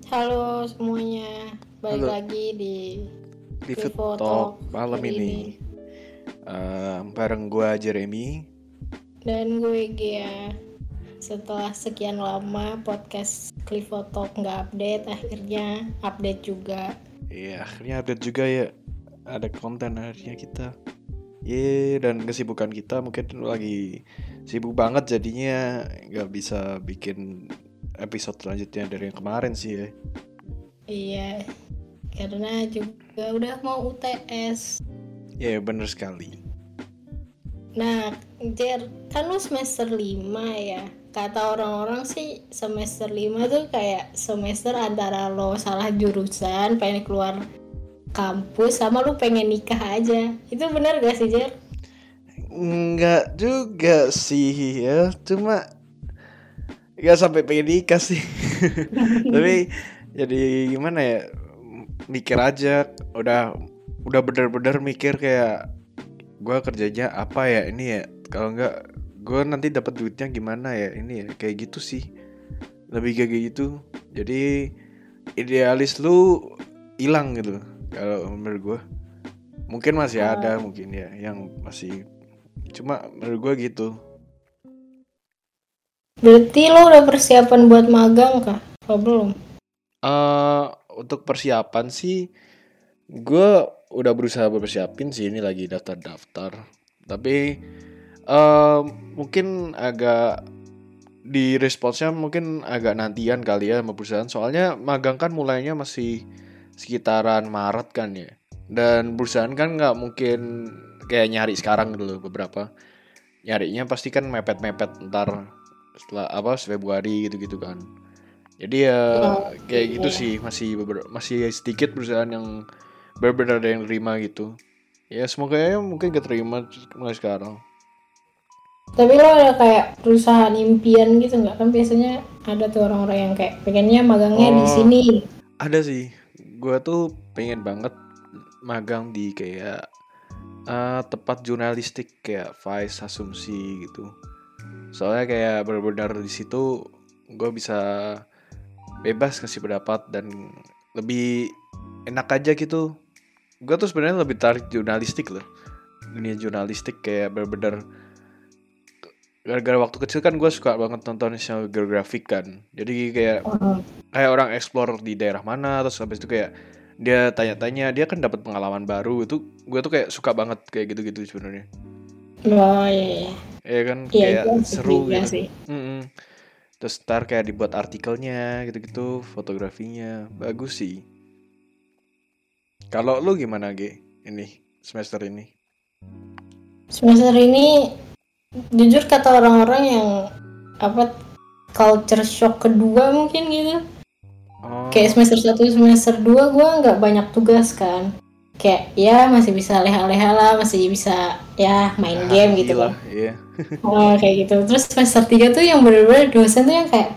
Halo semuanya, balik Halo, lagi di di Food Vivo Talk Talk malam hari ini ini. bareng gua Jeremy. Dan gue Gia, setelah sekian lama podcast Vivo Talk nggak update, akhirnya update juga. Iya, akhirnya update juga ya. Ada konten akhirnya kita. Dan kesibukan kita mungkin lagi sibuk banget jadinya nggak bisa bikin episode selanjutnya dari yang kemarin sih ya. Iya, karena juga udah mau UTS. Iya, bener sekali. Nah, Jer, kan lu semester 5 ya. Kata orang-orang sih semester 5 tuh kayak semester antara lo salah jurusan, pengen keluar kampus, sama lu pengen nikah aja. Itu benar gak sih, Jer? Nggak juga sih ya, cuma nggak sampai pengen nikah sih. Tapi jadi gimana ya, mikir aja, udah bener-bener mikir kayak gue kerjanya apa ya ini ya, kalau nggak gue nanti dapat duitnya gimana ya ini ya, kayak gitu sih, lebih kayak gitu. Jadi idealis lu hilang gitu kalau menurut gue. Mungkin masih ada mungkin ya yang masih, cuma menurut gue gitu. Berarti lo udah persiapan buat magang kah? Oh, belum. Untuk persiapan sih gue udah berusaha bersiapin sih, ini lagi daftar-daftar. Tapi mungkin agak di responsnya mungkin agak nantian kali ya sama perusahaan. Soalnya magang kan mulainya masih sekitaran Maret kan ya. Dan perusahaan kan nggak mungkin kayak nyari sekarang dulu beberapa. Nyarinya pasti kan mepet-mepet ntar setelah Februari gitu-gitu kan. Jadi ya Oh, kayak gitu iya. sih, masih sedikit perusahaan yang benar-benar ada yang terima gitu. Ya semoga ya mungkin keterima mulai sekarang. Tapi lo ada kayak perusahaan impian gitu nggak? Kan biasanya ada tuh orang-orang yang kayak pengennya magangnya di Oh, sini. ada sih. Gue tuh pengen banget magang di kayak tempat jurnalistik kayak Vice, Asumsi gitu. Soalnya kayak benar-benar di situ gue bisa bebas kasih pendapat dan lebih enak aja gitu. Gue tuh sebenarnya lebih tarik jurnalistik loh. Dunia jurnalistik kayak benar-benar, gara-gara waktu kecil kan gue suka banget nonton National Geographic kan. Jadi Oh, kayak orang explore di daerah mana, terus habis itu kayak dia tanya-tanya, dia kan dapat pengalaman baru. Itu gue tuh kayak suka banget kayak gitu-gitu sebenarnya. oh iya, iya. Ya kan Iya kayak itu asik seru juga gitu. sih. Mm-mm. Terus ntar kayak dibuat artikelnya gitu-gitu, fotografinya bagus sih. Kalau lu gimana Ge? Ini semester ini? Semester ini jujur kata orang-orang yang apa culture shock kedua mungkin gitu. Kayak Oh, semester 1 semester 2 gue nggak banyak tugas kan. Kayak ya masih bisa leha-leha lah, masih bisa ya main game gitu gila kan. ya. Oh, kayak gitu. Terus semester 3 tuh yang bener-bener dosen tuh yang kayak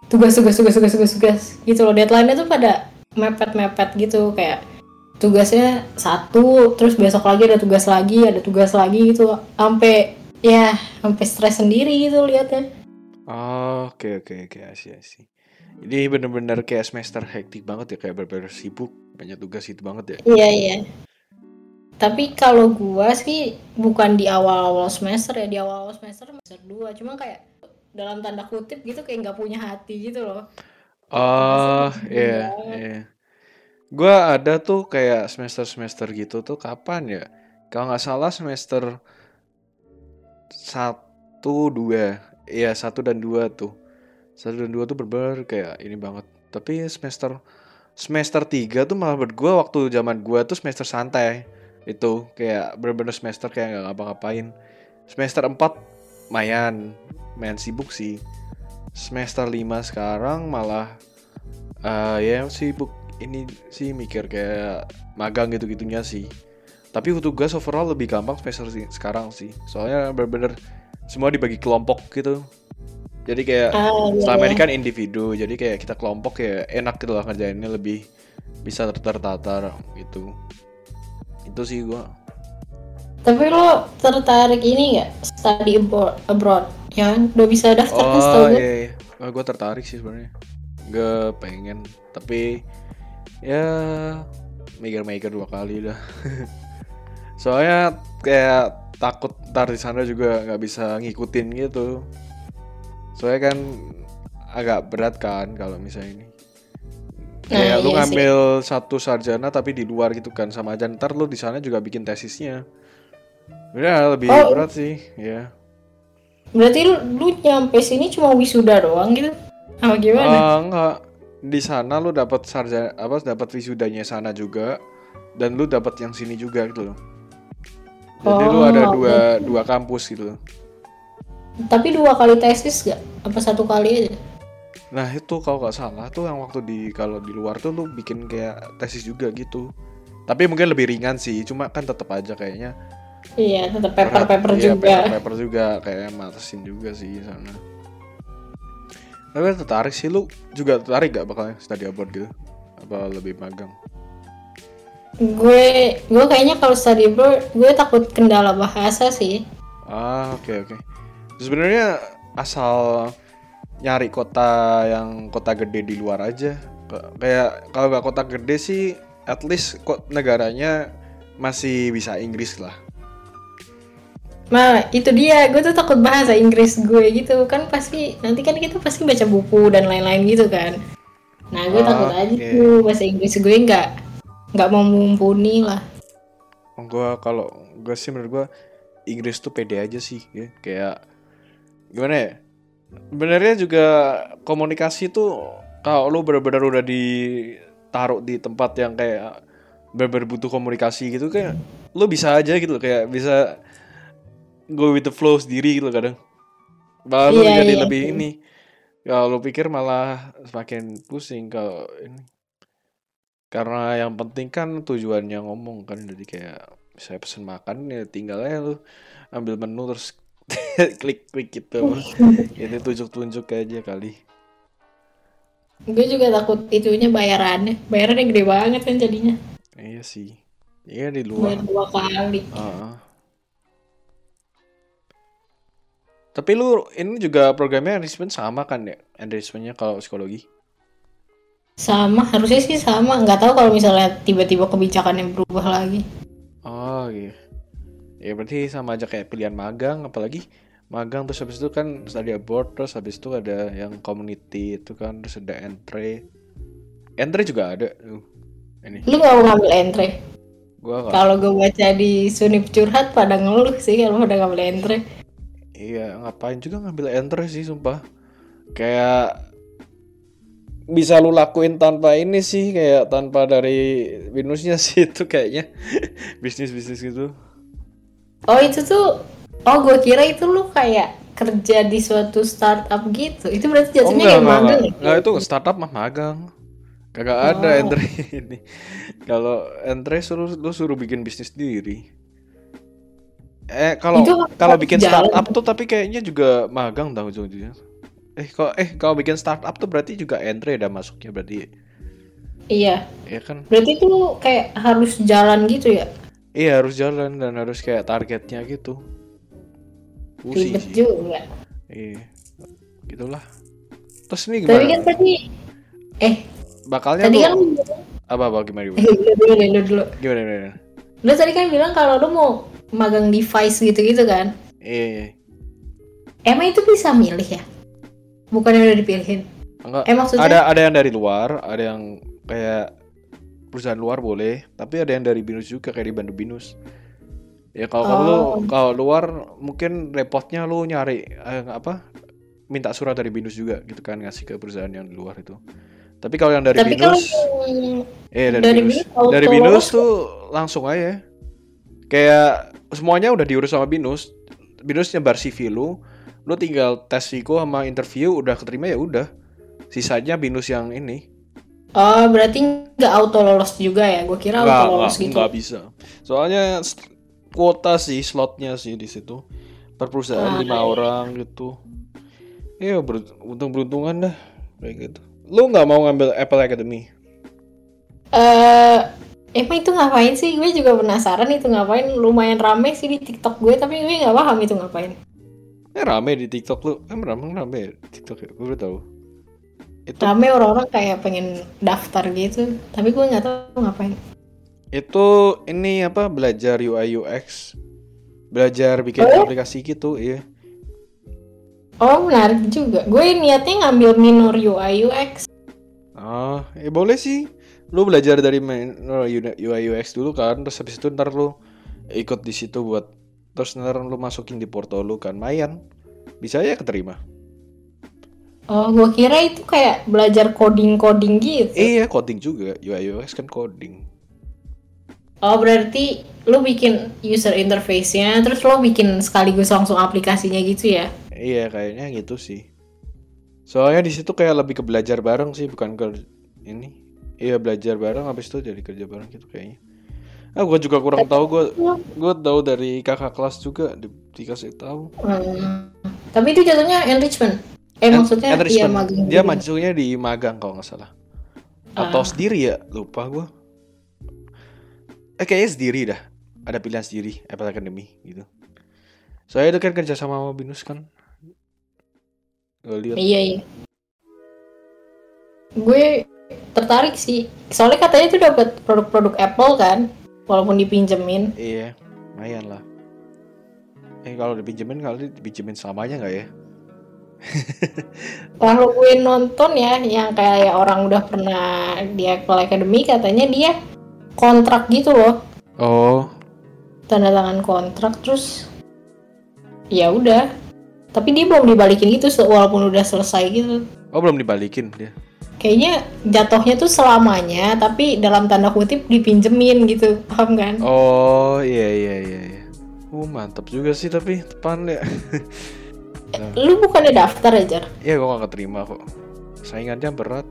tugas gitu loh. Deadline-nya tuh pada mepet-mepet gitu, kayak tugasnya satu, terus besok lagi ada tugas lagi gitu. Sampai stres sendiri gitu liatnya. Oh, oke, asih. Jadi bener-bener kayak semester hektik banget ya, kayak bener-bener sibuk, banyak tugas itu banget ya. Iya, iya. Tapi kalau gua sih bukan di awal-awal semester ya, di awal-awal semester 2, cuma kayak dalam tanda kutip gitu kayak nggak punya hati gitu loh. Kayak tugasnya Oh, nyebelin iya, banget. iya. Gua ada tuh kayak semester-semester gitu tuh kapan ya? Kalau nggak salah semester satu 2. Iya, satu dan 2 tuh. Satu dan 2 tuh bener kayak ini banget. Tapi semester semester 3 tuh malah buat gue, waktu zaman gue tuh semester santai. Itu kayak bener-bener semester kayak nggak ngapa-ngapain. Semester 4 lumayan, main sibuk sih. Semester 5 sekarang malah ya sibuk ini sih, mikir kayak magang gitu-gitunya sih. Tapi tugas overall lebih gampang semester sekarang sih. Soalnya bener-bener semua dibagi kelompok gitu. Jadi kayak Ah, iya, selama iya. ini kan individu, jadi kayak kita kelompok ya enak gitu lah ngerjainnya, lebih bisa tertata gitu. Itu sih gua. Tapi lo tertarik ini nggak study abroad? Ya kan? Udah bisa daftar kan Oh setahu gue. iya, iya. Gue tertarik sih sebenarnya. Gak pengen, tapi ya mikir-mikir 2 kali dah. Soalnya kayak takut ntar di sana juga nggak bisa ngikutin gitu. Soalnya kan agak berat kan kalau misalnya ini. Kayak lu iya ngambil satu sarjana tapi di luar gitu kan, sama aja ntar lu di sana juga bikin tesisnya. Udah lebih berat sih, ya. Berarti lu nyampe sini cuma wisuda doang gitu? Apa gimana? Enggak. Di sana lu dapat sarjana dapat wisudanya sana juga, dan lu dapat yang sini juga gitu loh. Jadi lu ada dua kampus gitu loh. Tapi 2 kali tesis gak? Apa 1 kali aja? Nah itu kalau nggak salah tuh yang waktu kalau di luar tuh lu bikin kayak tesis juga gitu. Tapi mungkin lebih ringan sih, cuma kan tetap aja kayaknya. Iya, tetap paper Iya, juga. paper juga kayaknya matasin juga sih sana. Tapi tertarik sih, lu juga tertarik gak bakal study abroad gitu? Apa lebih magang? Gue kayaknya kalau study abroad gue takut kendala bahasa sih. Oke. Sebenarnya asal nyari kota gede di luar aja. Kayak kalau nggak kota gede sih, at least kok negaranya masih bisa Inggris lah. Nah itu dia, gue tuh takut bahasa Inggris gue gitu kan, pasti nanti kan kita pasti baca buku dan lain-lain gitu kan. Nah gue takut aja tuh bahasa Inggris gue nggak mau mumpuni lah. Gue sih menurut gue Inggris tuh pede aja sih ya. Kayak gimana ya, sebenarnya juga komunikasi tuh kalau lu benar-benar udah ditaruh di tempat yang kayak benar-benar butuh komunikasi gitu, kayak lu bisa aja gitu, kayak bisa go with the flow sendiri gitu kadang. Malah lu jadi lebih ini. Kalau lu pikir malah semakin pusing kalau ini. Karena yang penting kan tujuannya ngomong kan, jadi kayak saya pesen makan ya tinggal aja lu ambil menu terus klik gitu. Ini tunjuk aja kali. Gue juga takut itunya bayarannya gede banget kan jadinya. Iya sih. Iya di luar. Bayar 2 kali. Tapi lu ini juga programnya enrichment sama kan ya? Enrichmentnya kalau psikologi? Sama, harusnya sih sama. Nggak tahu kalau misalnya tiba-tiba kebijakannya berubah lagi. Oh iya. Ya berarti sama aja kayak pilihan magang, apalagi magang terus habis itu kan study abroad, terus habis itu ada yang community itu kan, terus ada entry. Entry juga ada. Ini. Lu nggak mau ngambil entry? Gua nggak. Kalau gue baca di Sunip Curhat pada ngeluh sih kalau udah ngambil entry. Iya, ngapain juga ngambil entry sih sumpah. Kayak bisa lu lakuin tanpa ini sih, kayak tanpa dari binusnya sih itu kayaknya. bisnis gitu. Oh itu tuh, gue kira itu lu kayak kerja di suatu startup gitu. Itu berarti jatuhnya kayak magang ya? Enggak, itu startup mah magang. Kagak ada entry ini. Kalau entry lu suruh bikin bisnis sendiri. Kalau bikin startup tuh tapi kayaknya juga magang tau ujung-ujungnya. Kalau bikin startup tuh berarti juga entry ada masuknya berarti. Iya. Iya kan? Berarti tuh kayak harus jalan gitu ya? Iya harus jalan dan harus kayak targetnya gitu. Ribet juga. Iya, gitulah. Terus ini gimana? Tapi kan tadi, bakalnya tadi tuh kan apa gimana? Dulu. Gimana? Lu tadi kan bilang kalau lu mau magang device gitu kan? Iya. Emang itu bisa milih ya? Bukan yang udah dipilihin? Enggak. Maksudnya? Ada yang dari luar, ada yang kayak perusahaan luar boleh, tapi ada yang dari BINUS juga kayak di Bandung BINUS. Ya kalau luar mungkin repotnya lu nyari minta surat dari BINUS juga gitu kan, ngasih ke perusahaan yang di luar itu. Tapi kalau yang dari BINUS dari BINUS tuh langsung aja. Kayak semuanya udah diurus sama BINUS. BINUS nyebar CV lu tinggal tes psiko sama interview udah keterima ya udah. Sisanya BINUS yang ini. Oh, berarti nggak auto lolos juga ya? Gue kira auto lolos gitu. Nggak bisa. Soalnya kuota sih, slotnya sih di situ. Per perusahaan 5 orang gitu. Iya, beruntungan dah kayak gitu. Lu nggak mau ngambil Apple Academy? Emang itu ngapain sih? Gue juga penasaran itu ngapain. Lumayan rame sih di TikTok gue, tapi gue nggak paham itu ngapain. Rame di TikTok lu. Rame di TikTok ya? Gue udah tahu. Itu Rame orang-orang kayak pengen daftar gitu, tapi gue nggak tahu ngapain. itu ini apa belajar UI UX, belajar bikin Oh, aplikasi gitu, iya. oh menarik juga. Gue niatnya ngambil minor UI UX. Oh, boleh sih. Lu belajar dari UI UX dulu kan, terus habis itu ntar lu ikut di situ buat terus ntar lu masukin di porto lu kan, mayan. Bisa ya keterima. Oh, gue kira itu kayak belajar coding-coding gitu. Iya, coding juga. UI UX kan coding. Oh, berarti lu bikin user interface-nya, terus lo bikin sekaligus langsung aplikasinya gitu ya? Iya, kayaknya gitu sih. Soalnya di situ kayak lebih ke belajar bareng sih, bukan ke ini. Iya, belajar bareng habis itu jadi kerja bareng gitu kayaknya. Ah, gue juga kurang tahu. Gue tahu dari kakak kelas juga dikasih tahu. Tapi itu jatuhnya enrichment. Maksudnya iya Enrichment. magang Dia gitu. majunya di magang kalau nggak salah. Atau Ah, sendiri ya, lupa gue. Kayaknya sendiri dah. Ada pilihan sendiri, Apple Academy gitu. Soalnya itu kan kerja sama Binus kan. Gue lihat. iya iya. Gue tertarik sih. Soalnya katanya tuh dapat produk-produk Apple kan, walaupun dipinjemin. Iya, lumayan lah. Kalau dipinjemin kali dipinjemin selamanya nggak ya? Kalau gue nonton ya, yang kayak orang udah pernah di Apple Academy, katanya dia kontrak gitu loh, Oh, tanda tangan kontrak, terus ya udah. Tapi dia belum dibalikin gitu, walaupun udah selesai gitu. belum dibalikin dia. Kayaknya jatuhnya tuh selamanya, tapi dalam tanda kutip dipinjemin gitu, paham kan? Oh, iya. Mantap juga sih tapi tepan ya. Lu bukannya daftar aja? Iya, gue gak keterima kok. Saingannya berat.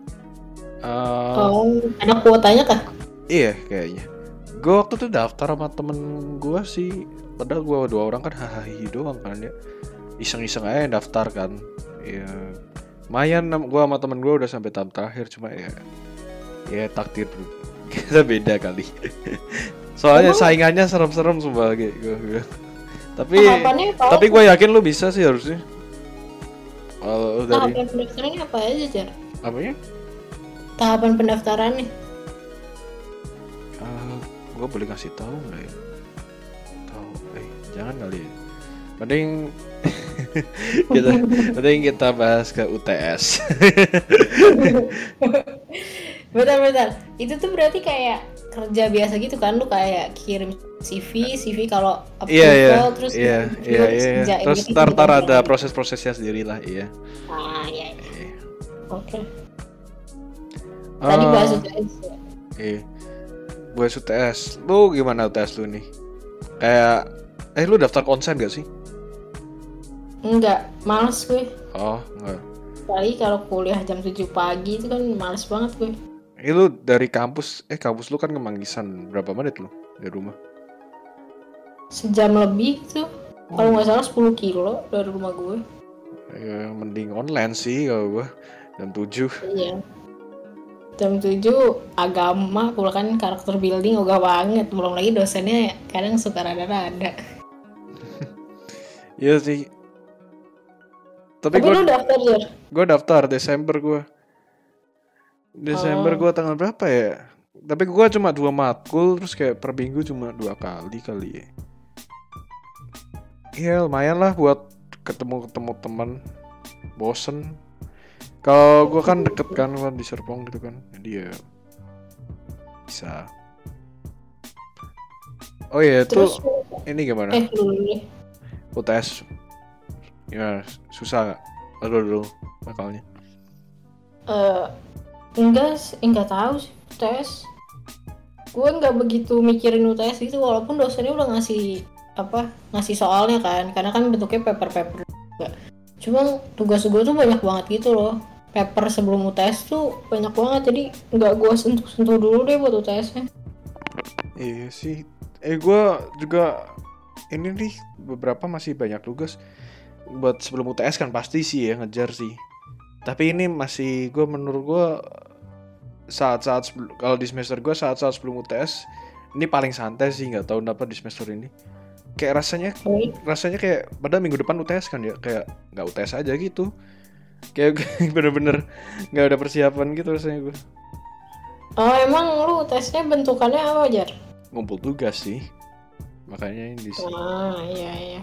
Oh, ada kuotanya kah? Iya, kayaknya. Gue waktu itu daftar sama temen gue sih. Padahal gue 2 orang kan hahaha doang kan ya. Iseng-iseng aja daftar kan. Iya. Lumayan gue sama temen gue udah sampai tahap terakhir. Cuma ya takdir kita beda kali. Soalnya saingannya serem-serem sumpah gue. Tahapannya apa? Tapi gue yakin lu bisa sih harusnya. Dari Tahapan pendaftarannya apa aja, Jar? apanya? Tahapan pendaftarannya? Gue boleh kasih tahu nggak ya? Tahu? Jangan kali ya. Mending kita bahas ke UTS. Bentar. Itu tuh berarti kayak kerja biasa gitu kan? Lu kayak kirim CV kalau approval, terus Iya. kerjain Terus gitu, ntar gitu. ada proses-prosesnya sendiri lah, iya. Iya. Iya. Oke. Tadi bahas UTS ya? Iya. Buat UTS, lu gimana UTS lu nih? Kayak, lu daftar konsen gak sih? Enggak, males gue. Oh, enggak. Apalagi kalau kuliah jam 7 pagi itu kan males banget gue. Lu dari kampus lu kan ke Manggisan, berapa menit lu dari rumah? Sejam lebih tuh. Kalau nggak salah 10 kilo dari rumah gue. Ya, mending online sih kalau gua jam 7. Iya. Jam 7 agama, pula kan karakter building ogah banget. Belum lagi dosennya kadang suka rada-rada. Iya sih. Tapi lu daftar ya? Gue daftar Desember gue. Gue tanggal berapa ya? Tapi gue cuma 2 matkul, terus kayak per minggu cuma 2 kali ya. Iya lumayan lah buat ketemu teman. Bosen. Kalau gue kan deket kan di Serpong gitu kan, jadi ya bisa. Oh iya Terus, tuh ini gimana? dulu. UTS ya susah gak? Dulu bakalnya. Enggak tahu sih UTS. Gue nggak begitu mikirin UTS gitu, walaupun dosennya udah ngasih soalnya kan, karena kan bentuknya paper juga. Cuma tugas gue tuh banyak banget gitu loh. Paper sebelum UTS tuh banyak banget, jadi nggak gue sentuh dulu deh buat UTS-nya. Iya sih. Gue juga ini nih beberapa masih banyak tugas buat sebelum UTS kan pasti sih ya ngejar sih. Tapi ini masih menurut gue saat-saat kalau di semester gue saat-saat sebelum UTS ini paling santai sih, nggak tahu kenapa di semester ini. Kayak rasanya kayak pada minggu depan UTS kan ya, kayak nggak UTS aja gitu. Kayak bener-bener nggak ada persiapan gitu rasanya gue. Oh emang lu tesnya bentukannya apa Jar? Ngumpul tugas sih, makanya ini sih. Iya.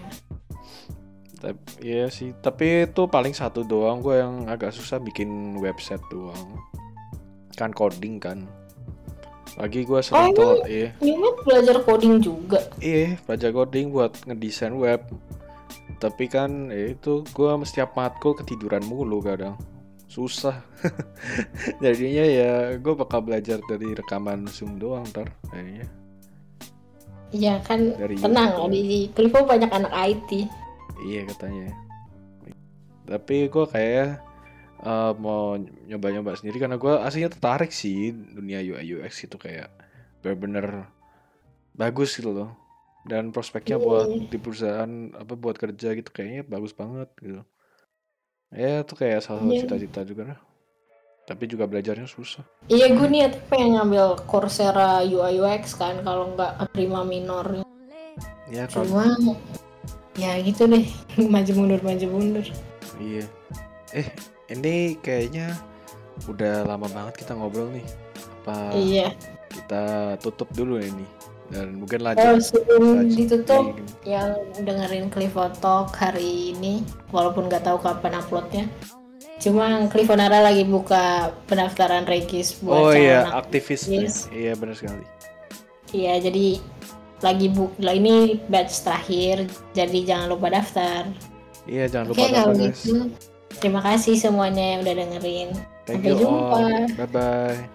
Iya sih, tapi itu paling satu doang gue yang agak susah bikin website doang. Kan coding kan. Lagi gue sering tuh, Yumet belajar coding juga. Iya, belajar coding buat ngedesain web. Tapi kan itu gue setiap matkul ketiduran mulu kadang. Susah. Jadinya ya gue bakal belajar dari rekaman Zoom doang ntar kayaknya. Iya kan, Dari tenang YouTube. di Clivo banyak anak IT. Iya katanya. Tapi gue kayak mau nyoba-nyoba sendiri karena gue aslinya tertarik sih dunia UI UX itu kayak bener-bener bagus gitu loh. Dan prospeknya buat di perusahaan apa buat kerja gitu kayaknya bagus banget gitu. Ya itu kayak salah satu cita-cita juga lah. Tapi juga belajarnya susah. Iya gue niat pengen ngambil Coursera UI UX kan kalau nggak keterima minor. Ya Cuma ya gitu deh maju mundur. Iya. Ini kayaknya udah lama banget kita ngobrol nih. Apa Iya. kita tutup dulu ini dan mungkin lanjut. Sebelum ditutup yang dengerin Clivo Talk hari ini walaupun nggak tahu kapan uploadnya. Cuma Clifonara lagi buka pendaftaran regis buat aktivis. Iya benar sekali. Iya jadi lagi ini batch terakhir jadi jangan lupa daftar. Iya jangan lupa daftar guys. Terima kasih semuanya yang udah dengerin. Thank Sampai you jumpa. Bye bye.